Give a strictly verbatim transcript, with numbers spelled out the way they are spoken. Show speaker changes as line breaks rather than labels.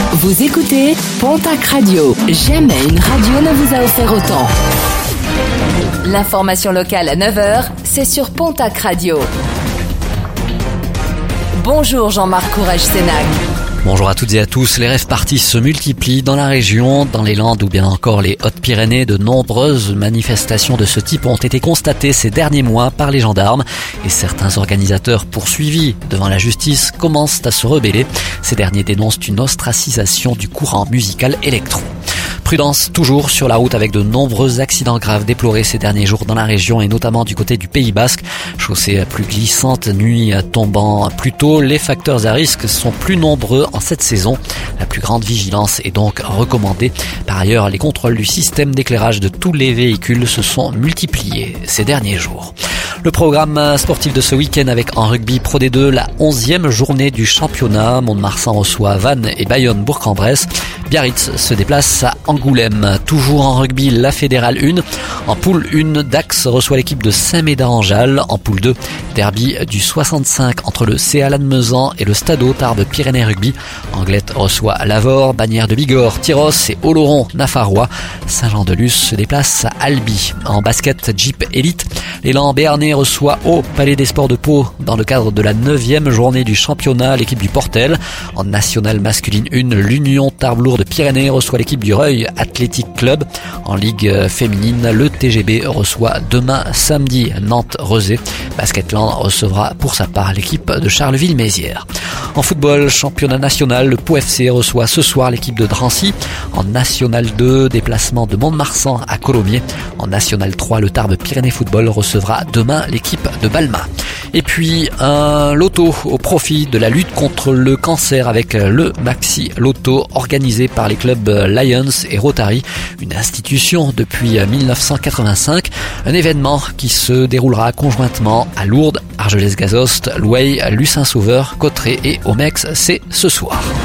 Vous écoutez Pontac Radio. Jamais une radio ne vous a offert autant. L'information locale à neuf heures, c'est sur Pontac Radio. Bonjour Jean-Marc Courage-Sénac.
Bonjour à toutes et à tous. Les rave-parties se multiplient dans la région, dans les Landes ou bien encore les Hautes-Pyrénées. De nombreuses manifestations de ce type ont été constatées ces derniers mois par les gendarmes et certains organisateurs poursuivis devant la justice commencent à se rebeller. Ces derniers dénoncent une ostracisation du courant musical électro. Prudence toujours sur la route avec de nombreux accidents graves déplorés ces derniers jours dans la région et notamment du côté du Pays Basque. Chaussée plus glissante, nuit tombant plus tôt, les facteurs à risque sont plus nombreux en cette saison. La plus grande vigilance est donc recommandée. Par ailleurs, les contrôles du système d'éclairage de tous les véhicules se sont multipliés ces derniers jours. Le programme sportif de ce week-end avec en rugby Pro D deux la onzième journée du championnat. Mont-de-Marsan reçoit Vannes et Bayonne Bourg-en-Bresse. Biarritz se déplace à Angoulême. Toujours en rugby, la Fédérale un. En poule un, Dax reçoit l'équipe de Saint-Médard-en-Jalles. En poule deux, derby du soixante-cinq entre le C A Lannemezan et le Stadeau Tarbes Pyrénées Rugby. Anglette reçoit Lavore, Bagnères de Bigorre, Tyros et Oloron Nafarrois. Saint-Jean-de-Luz se déplace à Albi. En basket Jeep Elite, l'élan béarnais reçoit au Palais des Sports de Pau dans le cadre de la neuvième journée du championnat l'équipe du Portel. En nationale masculine un, l'Union Tarbes-Lourdes Pyrénées reçoit l'équipe du Reuil Athletic Club. En ligue féminine, le T G B reçoit demain samedi Nantes-Rezé. Basketland recevra pour sa part l'équipe de Charleville-Mézières. En football, championnat national, le Pau F C reçoit ce soir l'équipe de Drancy. En National deux, déplacement de Mont-de-Marsan à Colomiers. En National trois, le Tarbes Pyrénées Football recevra demain l'équipe de Balma. Et puis un loto au profit de la lutte contre le cancer avec le Maxi Loto organisé par les clubs Lions et Rotary, une institution depuis dix-neuf cent quatre-vingt-cinq. Un événement qui se déroulera conjointement à Lourdes, Argelès-Gazost, Loueil, Lucin-Sauveur, Cotterêts et Omex, c'est ce soir.